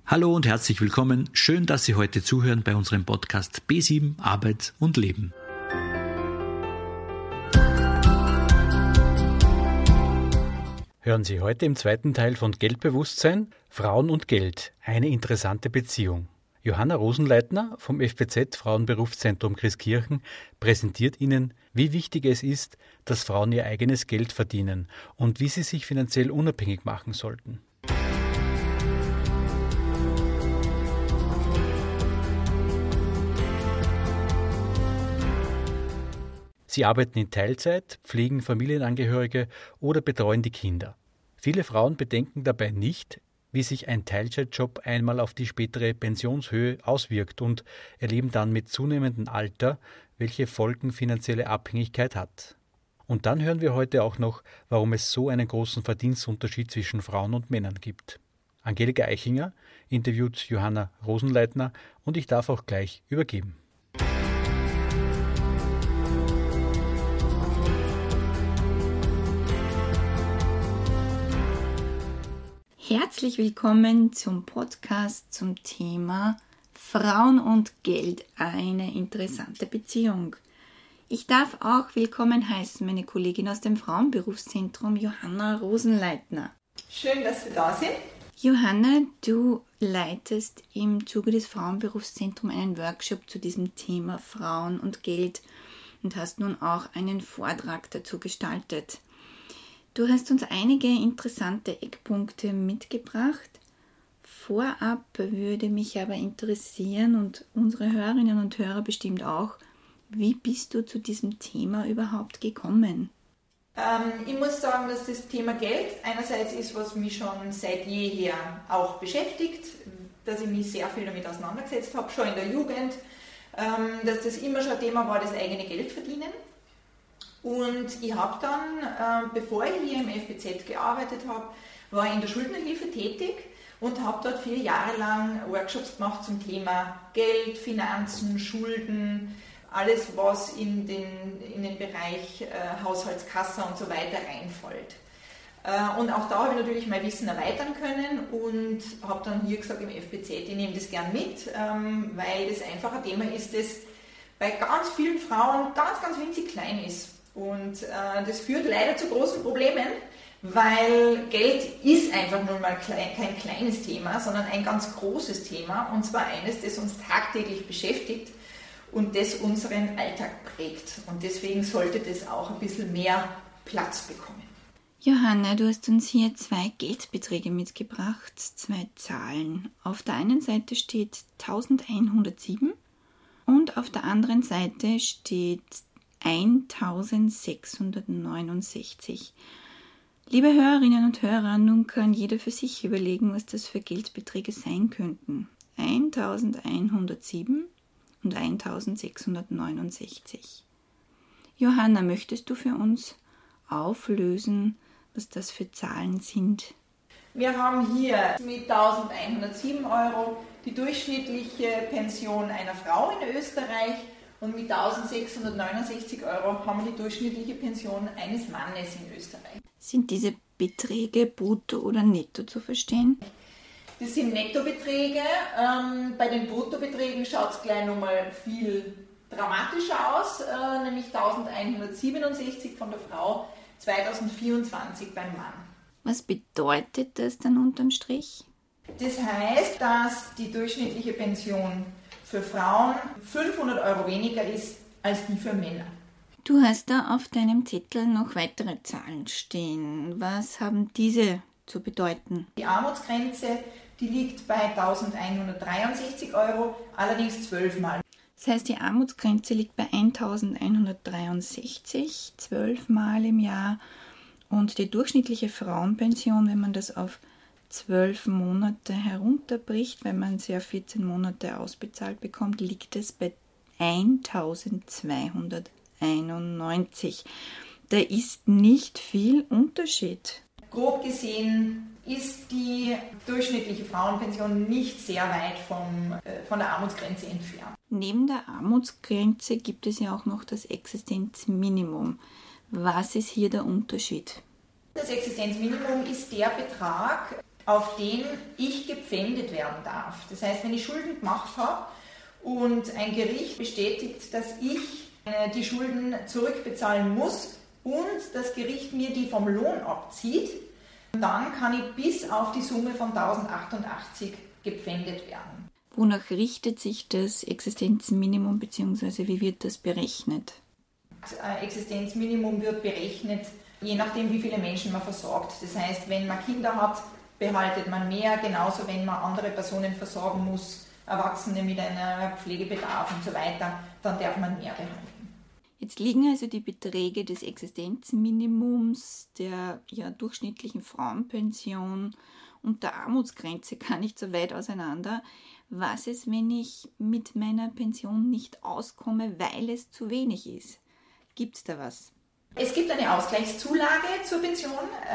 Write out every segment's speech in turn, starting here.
Hallo und herzlich willkommen. Schön, dass Sie heute zuhören bei unserem Podcast B7 Arbeit und Leben. Hören Sie heute im zweiten Teil von Geldbewusstsein, Frauen und Geld, eine interessante Beziehung. Johanna Rosenleitner vom FBZ Frauenberufszentrum Christkirchen präsentiert Ihnen, wie wichtig es ist, dass Frauen ihr eigenes Geld verdienen und wie sie sich finanziell unabhängig machen sollten. Sie arbeiten in Teilzeit, pflegen Familienangehörige oder betreuen die Kinder. Viele Frauen bedenken dabei nicht, wie sich ein Teilzeitjob einmal auf die spätere Pensionshöhe auswirkt und erleben dann mit zunehmendem Alter, welche Folgen finanzielle Abhängigkeit hat. Und dann hören wir heute auch noch, warum es so einen großen Verdienstunterschied zwischen Frauen und Männern gibt. Angelika Eichinger interviewt Johanna Rosenleitner und ich darf auch gleich übergeben. Herzlich willkommen zum Podcast zum Thema Frauen und Geld, eine interessante Beziehung. Ich darf auch willkommen heißen meine Kollegin aus dem Frauenberufszentrum, Johanna Rosenleitner. Schön, dass Sie da sind. Johanna, du leitest im Zuge des Frauenberufszentrums einen Workshop zu diesem Thema Frauen und Geld und hast nun auch einen Vortrag dazu gestaltet. Du hast uns einige interessante Eckpunkte mitgebracht. Vorab würde mich aber interessieren und unsere Hörerinnen und Hörer bestimmt auch, wie bist du zu diesem Thema überhaupt gekommen? Ich muss sagen, dass das Thema Geld einerseits ist, was mich schon seit jeher auch beschäftigt, dass ich mich sehr viel damit auseinandergesetzt habe, schon in der Jugend, dass das immer schon ein Thema war, das eigene Geld verdienen. Und ich habe dann, bevor ich hier im FBZ gearbeitet habe, war ich in der Schuldnerhilfe tätig und habe dort 4 Jahre lang Workshops gemacht zum Thema Geld, Finanzen, Schulden, alles was in den Bereich Haushaltskasse und so weiter reinfällt. Und auch da habe ich natürlich mein Wissen erweitern können und habe dann hier gesagt im FBZ, ich nehme das gern mit, weil das einfach ein Thema ist, das bei ganz vielen Frauen ganz, ganz winzig klein ist. Und das führt leider zu großen Problemen, weil Geld ist einfach nun mal kein kleines Thema, sondern ein ganz großes Thema und zwar eines, das uns tagtäglich beschäftigt und das unseren Alltag prägt. Und deswegen sollte das auch ein bisschen mehr Platz bekommen. Johanna, du hast uns hier 2 Geldbeträge mitgebracht, 2 Zahlen. Auf der einen Seite steht 1107 und auf der anderen Seite steht 1669. Liebe Hörerinnen und Hörer, nun kann jeder für sich überlegen, was das für Geldbeträge sein könnten. 1107 und 1669. Johanna, möchtest du für uns auflösen, was das für Zahlen sind? Wir haben hier mit 1107 Euro die durchschnittliche Pension einer Frau in Österreich. Und mit 1669 Euro haben wir die durchschnittliche Pension eines Mannes in Österreich. Sind diese Beträge brutto oder netto zu verstehen? Das sind Nettobeträge. Bei den Bruttobeträgen schaut es gleich nochmal viel dramatischer aus, nämlich 1167 von der Frau, 2024 beim Mann. Was bedeutet das dann unterm Strich? Das heißt, dass die durchschnittliche Pension für Frauen 500 Euro weniger ist als die für Männer. Du hast da auf deinem Zettel noch weitere Zahlen stehen. Was haben diese zu bedeuten? Die Armutsgrenze, die liegt bei 1163 Euro, allerdings 12 Mal. Das heißt, die Armutsgrenze liegt bei 1163, 12 Mal im Jahr. Und die durchschnittliche Frauenpension, wenn man das auf 12 Monate herunterbricht, wenn man sie auf 14 Monate ausbezahlt bekommt, liegt es bei 1291. Da ist nicht viel Unterschied. Grob gesehen ist die durchschnittliche Frauenpension nicht sehr weit von der Armutsgrenze entfernt. Neben der Armutsgrenze gibt es ja auch noch das Existenzminimum. Was ist hier der Unterschied? Das Existenzminimum ist der Betrag, auf den ich gepfändet werden darf. Das heißt, wenn ich Schulden gemacht habe und ein Gericht bestätigt, dass ich die Schulden zurückbezahlen muss und das Gericht mir die vom Lohn abzieht, dann kann ich bis auf die Summe von 1088 gepfändet werden. Wonach richtet sich das Existenzminimum bzw. wie wird das berechnet? Das Existenzminimum wird berechnet, je nachdem, wie viele Menschen man versorgt. Das heißt, wenn man Kinder hat, behaltet man mehr, genauso wenn man andere Personen versorgen muss, Erwachsene mit einem Pflegebedarf und so weiter, dann darf man mehr behalten. Jetzt liegen also die Beträge des Existenzminimums, der durchschnittlichen Frauenpension und der Armutsgrenze gar nicht so weit auseinander. Was ist, wenn ich mit meiner Pension nicht auskomme, weil es zu wenig ist? Gibt es da was? Es gibt eine Ausgleichszulage zur Pension.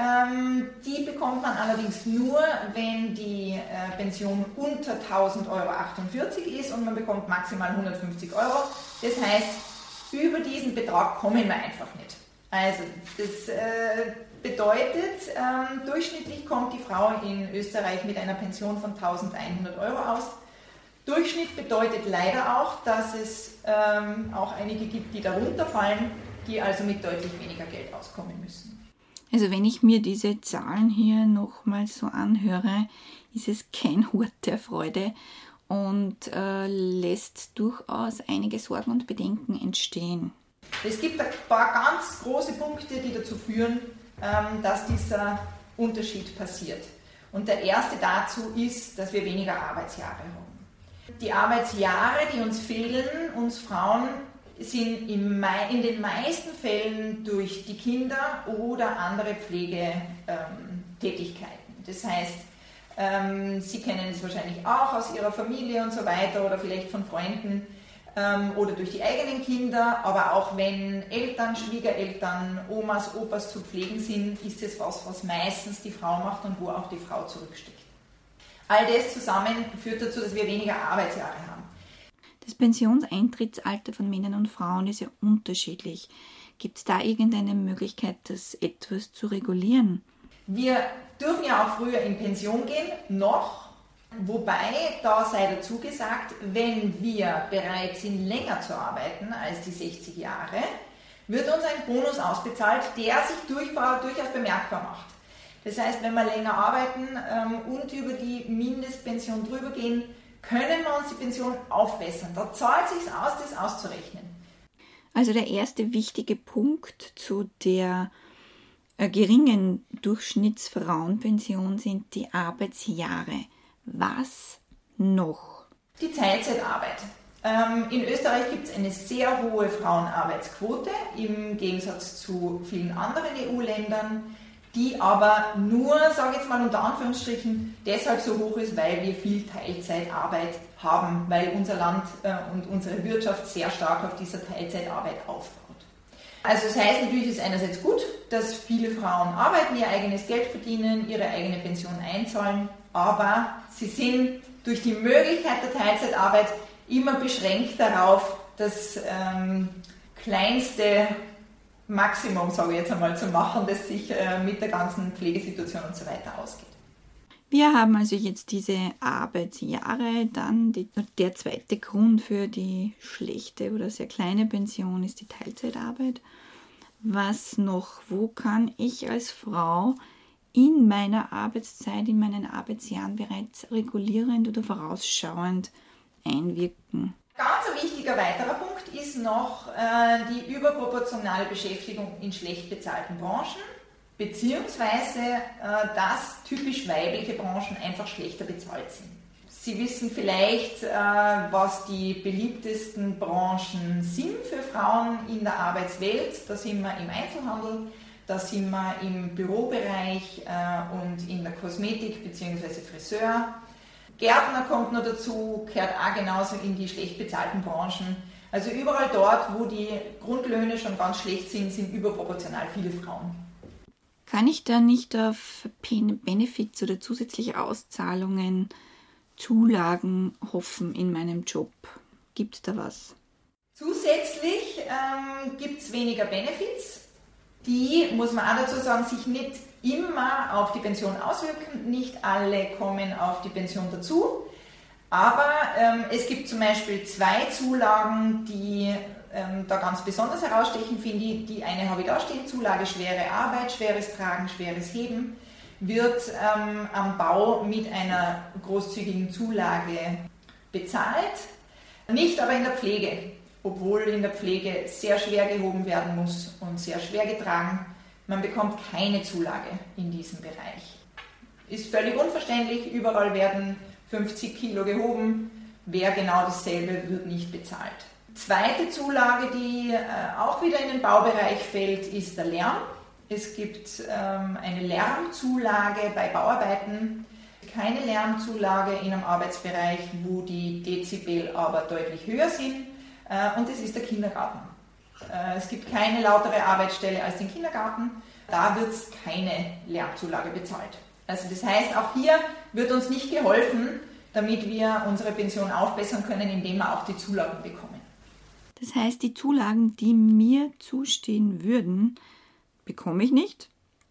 Die bekommt man allerdings nur, wenn die Pension unter 1.000,48 € ist und man bekommt maximal 150 €. Das heißt, über diesen Betrag kommen wir einfach nicht. Also das bedeutet, durchschnittlich kommt die Frau in Österreich mit einer Pension von 1.100 € aus. Durchschnitt bedeutet leider auch, dass es auch einige gibt, die darunter fallen, die also mit deutlich weniger Geld auskommen müssen. Also wenn ich mir diese Zahlen hier nochmal so anhöre, ist es kein Hort der Freude und lässt durchaus einige Sorgen und Bedenken entstehen. Es gibt ein paar ganz große Punkte, die dazu führen, dass dieser Unterschied passiert. Und der erste dazu ist, dass wir weniger Arbeitsjahre haben. Die Arbeitsjahre, die uns fehlen, uns Frauen, sind in den meisten Fällen durch die Kinder oder andere Pflegetätigkeiten. Das heißt, Sie kennen es wahrscheinlich auch aus Ihrer Familie und so weiter oder vielleicht von Freunden oder durch die eigenen Kinder, aber auch wenn Eltern, Schwiegereltern, Omas, Opas zu pflegen sind, ist es was meistens die Frau macht und wo auch die Frau zurücksteckt. All das zusammen führt dazu, dass wir weniger Arbeitsjahre haben. Das Pensioneintrittsalter von Männern und Frauen ist ja unterschiedlich. Gibt es da irgendeine Möglichkeit, das etwas zu regulieren? Wir dürfen ja auch früher in Pension gehen, noch. Wobei, da sei dazu gesagt, wenn wir bereit sind, länger zu arbeiten als die 60 Jahre, wird uns ein Bonus ausbezahlt, der sich durchaus bemerkbar macht. Das heißt, wenn wir länger arbeiten und über die Mindestpension drüber gehen, können wir uns die Pension aufbessern. Da zahlt es sich aus, das auszurechnen. Also der erste wichtige Punkt zu der geringen Durchschnittsfrauenpension sind die Arbeitsjahre. Was noch? Die Teilzeitarbeit. In Österreich gibt es eine sehr hohe Frauenarbeitsquote im Gegensatz zu vielen anderen EU-Ländern, die aber nur, sage ich jetzt mal unter Anführungsstrichen, deshalb so hoch ist, weil wir viel Teilzeitarbeit haben, weil unser Land und unsere Wirtschaft sehr stark auf dieser Teilzeitarbeit aufbaut. Also das heißt natürlich, ist einerseits gut, dass viele Frauen arbeiten, ihr eigenes Geld verdienen, ihre eigene Pension einzahlen, aber sie sind durch die Möglichkeit der Teilzeitarbeit immer beschränkt darauf, das kleinste Maximum, sage ich jetzt einmal, zu machen, das sich mit der ganzen Pflegesituation und so weiter ausgeht. Wir haben also jetzt diese Arbeitsjahre, dann der zweite Grund für die schlechte oder sehr kleine Pension ist die Teilzeitarbeit. Was noch? Wo kann ich als Frau in meiner Arbeitszeit, in meinen Arbeitsjahren bereits regulierend oder vorausschauend einwirken? Ganz ein wichtiger weiterer Punkt ist noch die überproportionale Beschäftigung in schlecht bezahlten Branchen, beziehungsweise dass typisch weibliche Branchen einfach schlechter bezahlt sind. Sie wissen vielleicht, was die beliebtesten Branchen sind für Frauen in der Arbeitswelt. Da sind wir im Einzelhandel, da sind wir im Bürobereich und in der Kosmetik bzw. Friseur. Gärtner kommt noch dazu, gehört auch genauso in die schlecht bezahlten Branchen. Also überall dort, wo die Grundlöhne schon ganz schlecht sind, sind überproportional viele Frauen. Kann ich da nicht auf Benefits oder zusätzliche Auszahlungen, Zulagen hoffen in meinem Job? Gibt es da was? Zusätzlich gibt es weniger Benefits. Die, muss man auch dazu sagen, sich nicht immer auf die Pension auswirken. Nicht alle kommen auf die Pension dazu. Aber es gibt zum Beispiel 2 Zulagen, die da ganz besonders herausstechen, finde ich. Die eine habe ich da stehen, Zulage schwere Arbeit, schweres Tragen, schweres Heben, wird am Bau mit einer großzügigen Zulage bezahlt. Nicht aber in der Pflege, obwohl in der Pflege sehr schwer gehoben werden muss und sehr schwer getragen. Man bekommt keine Zulage in diesem Bereich. Ist völlig unverständlich, überall werden 50 Kilo gehoben, wer genau dasselbe wird nicht bezahlt. Zweite Zulage, die auch wieder in den Baubereich fällt, ist der Lärm. Es gibt eine Lärmzulage bei Bauarbeiten, keine Lärmzulage in einem Arbeitsbereich, wo die Dezibel aber deutlich höher sind, und das ist der Kindergarten. Es gibt keine lautere Arbeitsstelle als den Kindergarten, da wird keine Lärmzulage bezahlt. Also das heißt, auch hier wird uns nicht geholfen, damit wir unsere Pension aufbessern können, indem wir auch die Zulagen bekommen. Das heißt, die Zulagen, die mir zustehen würden, bekomme ich nicht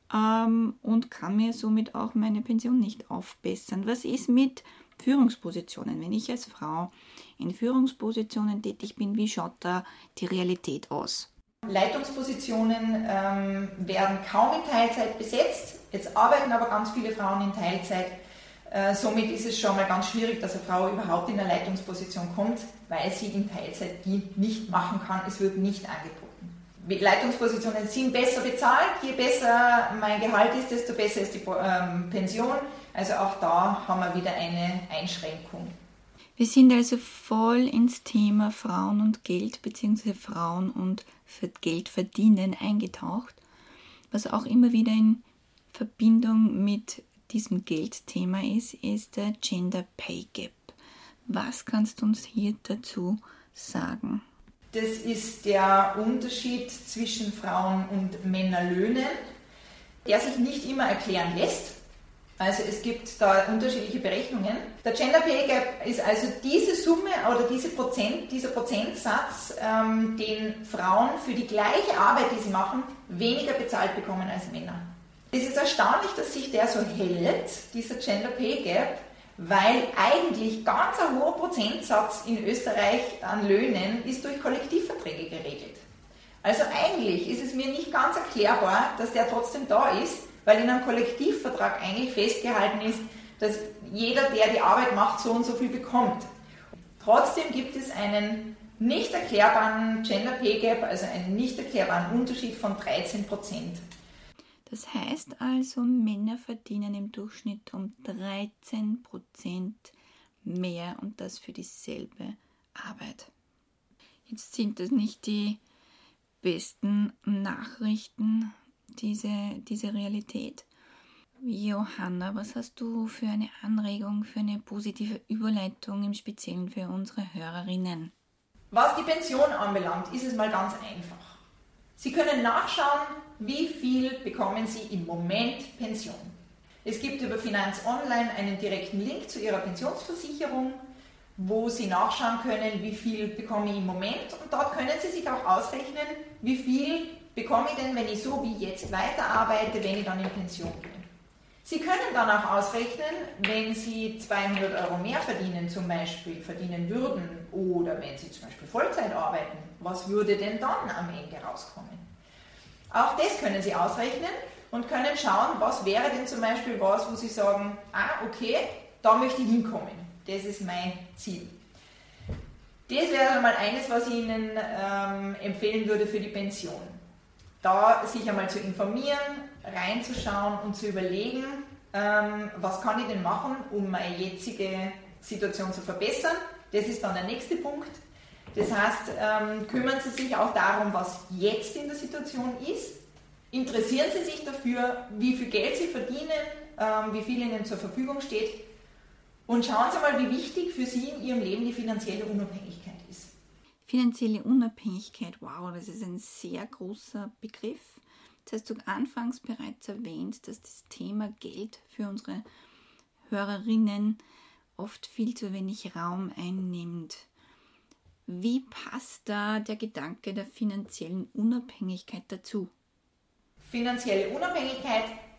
und kann mir somit auch meine Pension nicht aufbessern. Was ist mit Führungspositionen? Wenn ich als Frau in Führungspositionen tätig bin, wie schaut da die Realität aus? Leitungspositionen werden kaum in Teilzeit besetzt. Jetzt arbeiten aber ganz viele Frauen in Teilzeit. Somit ist es schon mal ganz schwierig, dass eine Frau überhaupt in eine Leitungsposition kommt, weil sie in Teilzeit die nicht machen kann. Es wird nicht angeboten. Leitungspositionen sind besser bezahlt. Je besser mein Gehalt ist, desto besser ist die Pension. Also auch da haben wir wieder eine Einschränkung. Wir sind also voll ins Thema Frauen und Geld bzw. Frauen und Geld verdienen eingetaucht, was auch immer wieder in Verbindung mit diesem Geldthema ist der Gender Pay Gap. Was kannst du uns hier dazu sagen? Das ist der Unterschied zwischen Frauen- und Männerlöhnen, der sich nicht immer erklären lässt. Also es gibt da unterschiedliche Berechnungen. Der Gender Pay Gap ist also diese Summe oder dieser Prozentsatz, den Frauen für die gleiche Arbeit, die sie machen, weniger bezahlt bekommen als Männer. Es ist erstaunlich, dass sich der so hält, dieser Gender Pay Gap, weil eigentlich ganz ein hoher Prozentsatz in Österreich an Löhnen ist durch Kollektivverträge geregelt. Also eigentlich ist es mir nicht ganz erklärbar, dass der trotzdem da ist, weil in einem Kollektivvertrag eigentlich festgehalten ist, dass jeder, der die Arbeit macht, so und so viel bekommt. Trotzdem gibt es einen nicht erklärbaren Gender Pay Gap, also einen nicht erklärbaren Unterschied von 13%. Das heißt also, Männer verdienen im Durchschnitt um 13% mehr und das für dieselbe Arbeit. Jetzt sind das nicht die besten Nachrichten, diese Realität. Johanna, was hast du für eine Anregung, für eine positive Überleitung im Speziellen für unsere Hörerinnen? Was die Pension anbelangt, ist es mal ganz einfach. Sie können nachschauen, wie viel bekommen Sie im Moment Pension. Es gibt über Finanz Online einen direkten Link zu Ihrer Pensionsversicherung, wo Sie nachschauen können, wie viel bekomme ich im Moment, und dort können Sie sich auch ausrechnen, wie viel bekomme ich denn, wenn ich so wie jetzt weiterarbeite, wenn ich dann in Pension bin. Sie können dann auch ausrechnen, wenn Sie 200 Euro mehr verdienen würden, oder wenn Sie zum Beispiel Vollzeit arbeiten, was würde denn dann am Ende rauskommen? Auch das können Sie ausrechnen und können schauen, was wäre denn zum Beispiel was, wo Sie sagen, okay, da möchte ich hinkommen, das ist mein Ziel. Das wäre mal eines, was ich Ihnen empfehlen würde für die Pension. Da sich einmal zu informieren, reinzuschauen und zu überlegen, was kann ich denn machen, um meine jetzige Situation zu verbessern. Das ist dann der nächste Punkt. Das heißt, kümmern Sie sich auch darum, was jetzt in der Situation ist. Interessieren Sie sich dafür, wie viel Geld Sie verdienen, wie viel Ihnen zur Verfügung steht. Und schauen Sie mal, wie wichtig für Sie in Ihrem Leben die finanzielle Unabhängigkeit ist. Finanzielle Unabhängigkeit, wow, das ist ein sehr großer Begriff. Das hast du anfangs bereits erwähnt, dass das Thema Geld für unsere Hörerinnen oft viel zu wenig Raum einnimmt. Wie passt da der Gedanke der finanziellen Unabhängigkeit dazu? Finanzielle Unabhängigkeit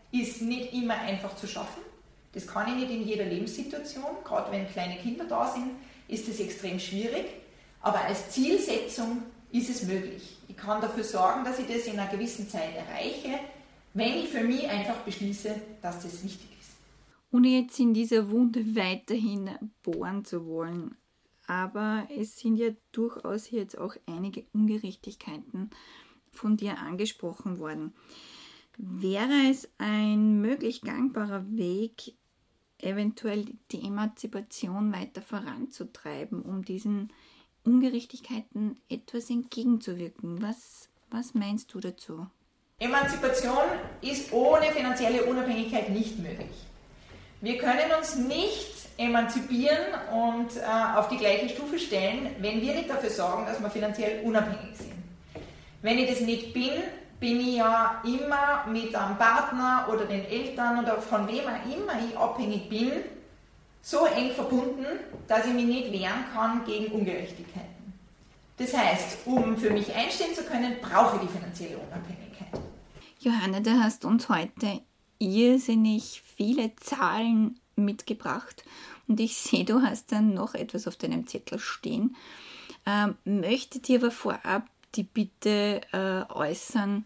ist nicht immer einfach zu schaffen. Das kann ich nicht in jeder Lebenssituation. Gerade wenn kleine Kinder da sind, ist das extrem schwierig. Aber als Zielsetzung ist es möglich. Ich kann dafür sorgen, dass ich das in einer gewissen Zeit erreiche, wenn ich für mich einfach beschließe, dass das wichtig ist. Ohne jetzt in dieser Wunde weiterhin bohren zu wollen, aber es sind ja durchaus hier jetzt auch einige Ungerechtigkeiten von dir angesprochen worden. Wäre es ein möglich gangbarer Weg, eventuell die Emanzipation weiter voranzutreiben, um diesen Ungerechtigkeiten etwas entgegenzuwirken? Was meinst du dazu? Emanzipation ist ohne finanzielle Unabhängigkeit nicht möglich. Wir können uns nicht emanzipieren und auf die gleiche Stufe stellen, wenn wir nicht dafür sorgen, dass wir finanziell unabhängig sind. Wenn ich das nicht bin, bin ich ja immer mit einem Partner oder den Eltern oder von wem auch immer ich abhängig bin, so eng verbunden, dass ich mich nicht wehren kann gegen Ungerechtigkeiten. Das heißt, um für mich einstehen zu können, brauche ich die finanzielle Unabhängigkeit. Johanna, du hast uns heute irrsinnig viele Zahlen mitgebracht und ich sehe, du hast dann noch etwas auf deinem Zettel stehen. Möchte dir aber vorab die Bitte äußern,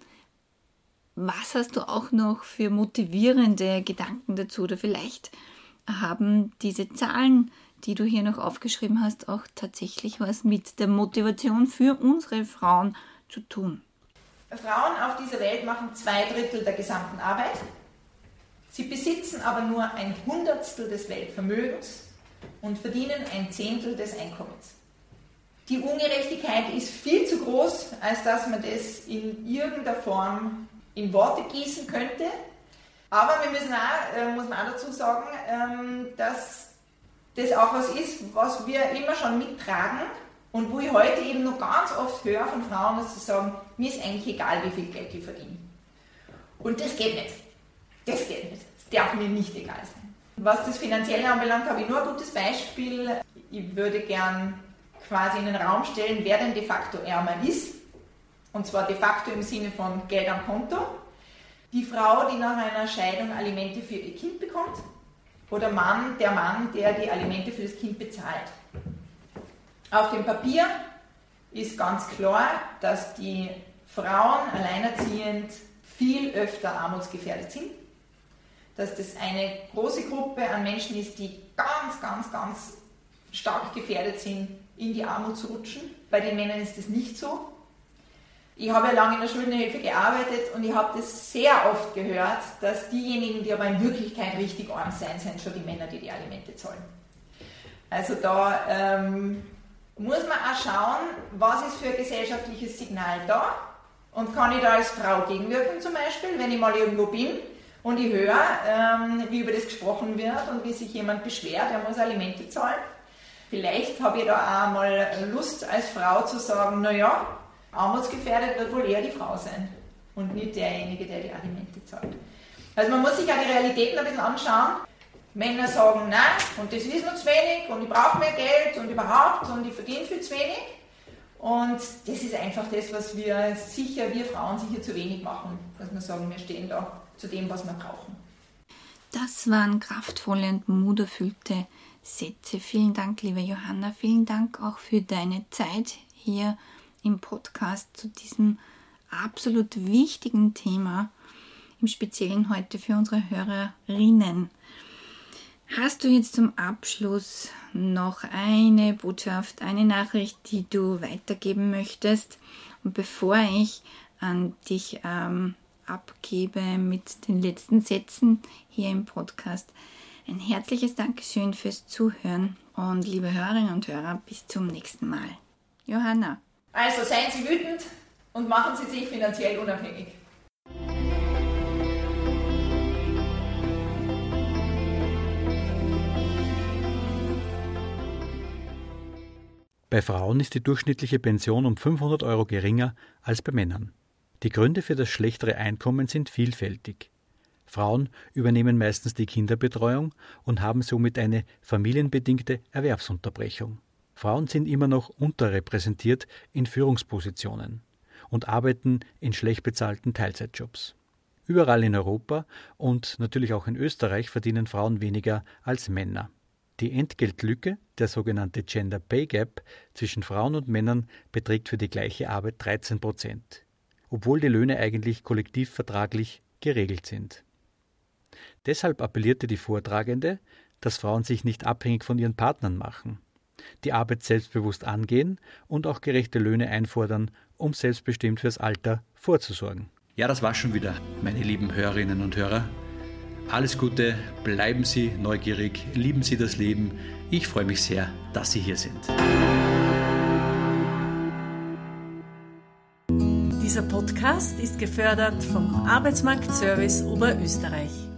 was hast du auch noch für motivierende Gedanken dazu? Oder vielleicht haben diese Zahlen, die du hier noch aufgeschrieben hast, auch tatsächlich was mit der Motivation für unsere Frauen zu tun. Frauen auf dieser Welt machen 2/3 der gesamten Arbeit. Sie besitzen aber nur 1/100 des Weltvermögens und verdienen 1/10 des Einkommens. Die Ungerechtigkeit ist viel zu groß, als dass man das in irgendeiner Form in Worte gießen könnte. Aber wir müssen auch, muss man auch dazu sagen, dass das auch was ist, was wir immer schon mittragen und wo ich heute eben noch ganz oft höre von Frauen, dass sie sagen, mir ist eigentlich egal, wie viel Geld ich verdiene. Und das geht nicht. Das geht nicht. Das darf mir nicht egal sein. Was das Finanzielle anbelangt, habe ich nur ein gutes Beispiel. Ich würde gern quasi in den Raum stellen, wer denn de facto ärmer ist. Und zwar de facto im Sinne von Geld am Konto. Die Frau, die nach einer Scheidung Alimente für ihr Kind bekommt. Oder der Mann, der die Alimente für das Kind bezahlt. Auf dem Papier ist ganz klar, dass die Frauen alleinerziehend viel öfter armutsgefährdet sind. Dass das eine große Gruppe an Menschen ist, die ganz, ganz, ganz stark gefährdet sind, in die Armut zu rutschen. Bei den Männern ist das nicht so. Ich habe ja lange in der Schuldenhilfe gearbeitet und ich habe das sehr oft gehört, dass diejenigen, die aber in Wirklichkeit richtig arm sind schon die Männer, die die Alimente zahlen. Also da muss man auch schauen, was ist für ein gesellschaftliches Signal da und kann ich da als Frau gegenwirken zum Beispiel, wenn ich mal irgendwo bin und ich höre, wie über das gesprochen wird und wie sich jemand beschwert, er muss Alimente zahlen. Vielleicht habe ich da auch mal Lust als Frau zu sagen, naja, armutsgefährdet wird wohl eher die Frau sein und nicht derjenige, der die Alimente zahlt. Also man muss sich auch die Realitäten ein bisschen anschauen. Männer sagen, nein, und das ist noch zu wenig und ich brauche mehr Geld und überhaupt und ich verdiene viel zu wenig. Und das ist einfach das, was wir Frauen sicher zu wenig machen, dass wir sagen, wir stehen da zu dem, was wir brauchen. Das waren kraftvolle und muterfüllte Sätze. Vielen Dank, liebe Johanna. Vielen Dank auch für deine Zeit hier im Podcast zu diesem absolut wichtigen Thema, im Speziellen heute für unsere Hörerinnen. Hast du jetzt zum Abschluss noch eine Botschaft, eine Nachricht, die du weitergeben möchtest? Und bevor ich an dich abgebe mit den letzten Sätzen hier im Podcast, ein herzliches Dankeschön fürs Zuhören und liebe Hörerinnen und Hörer, bis zum nächsten Mal. Johanna. Also seien Sie wütend und machen Sie sich finanziell unabhängig. Bei Frauen ist die durchschnittliche Pension um 500 € geringer als bei Männern. Die Gründe für das schlechtere Einkommen sind vielfältig. Frauen übernehmen meistens die Kinderbetreuung und haben somit eine familienbedingte Erwerbsunterbrechung. Frauen sind immer noch unterrepräsentiert in Führungspositionen und arbeiten in schlecht bezahlten Teilzeitjobs. Überall in Europa und natürlich auch in Österreich verdienen Frauen weniger als Männer. Die Entgeltlücke, der sogenannte Gender Pay Gap, zwischen Frauen und Männern beträgt für die gleiche Arbeit 13%, obwohl die Löhne eigentlich kollektivvertraglich geregelt sind. Deshalb appellierte die Vortragende, dass Frauen sich nicht abhängig von ihren Partnern machen, die Arbeit selbstbewusst angehen und auch gerechte Löhne einfordern, um selbstbestimmt fürs Alter vorzusorgen. Ja, das war schon wieder, meine lieben Hörerinnen und Hörer. Alles Gute, bleiben Sie neugierig, lieben Sie das Leben. Ich freue mich sehr, dass Sie hier sind. Dieser Podcast ist gefördert vom Arbeitsmarktservice Oberösterreich.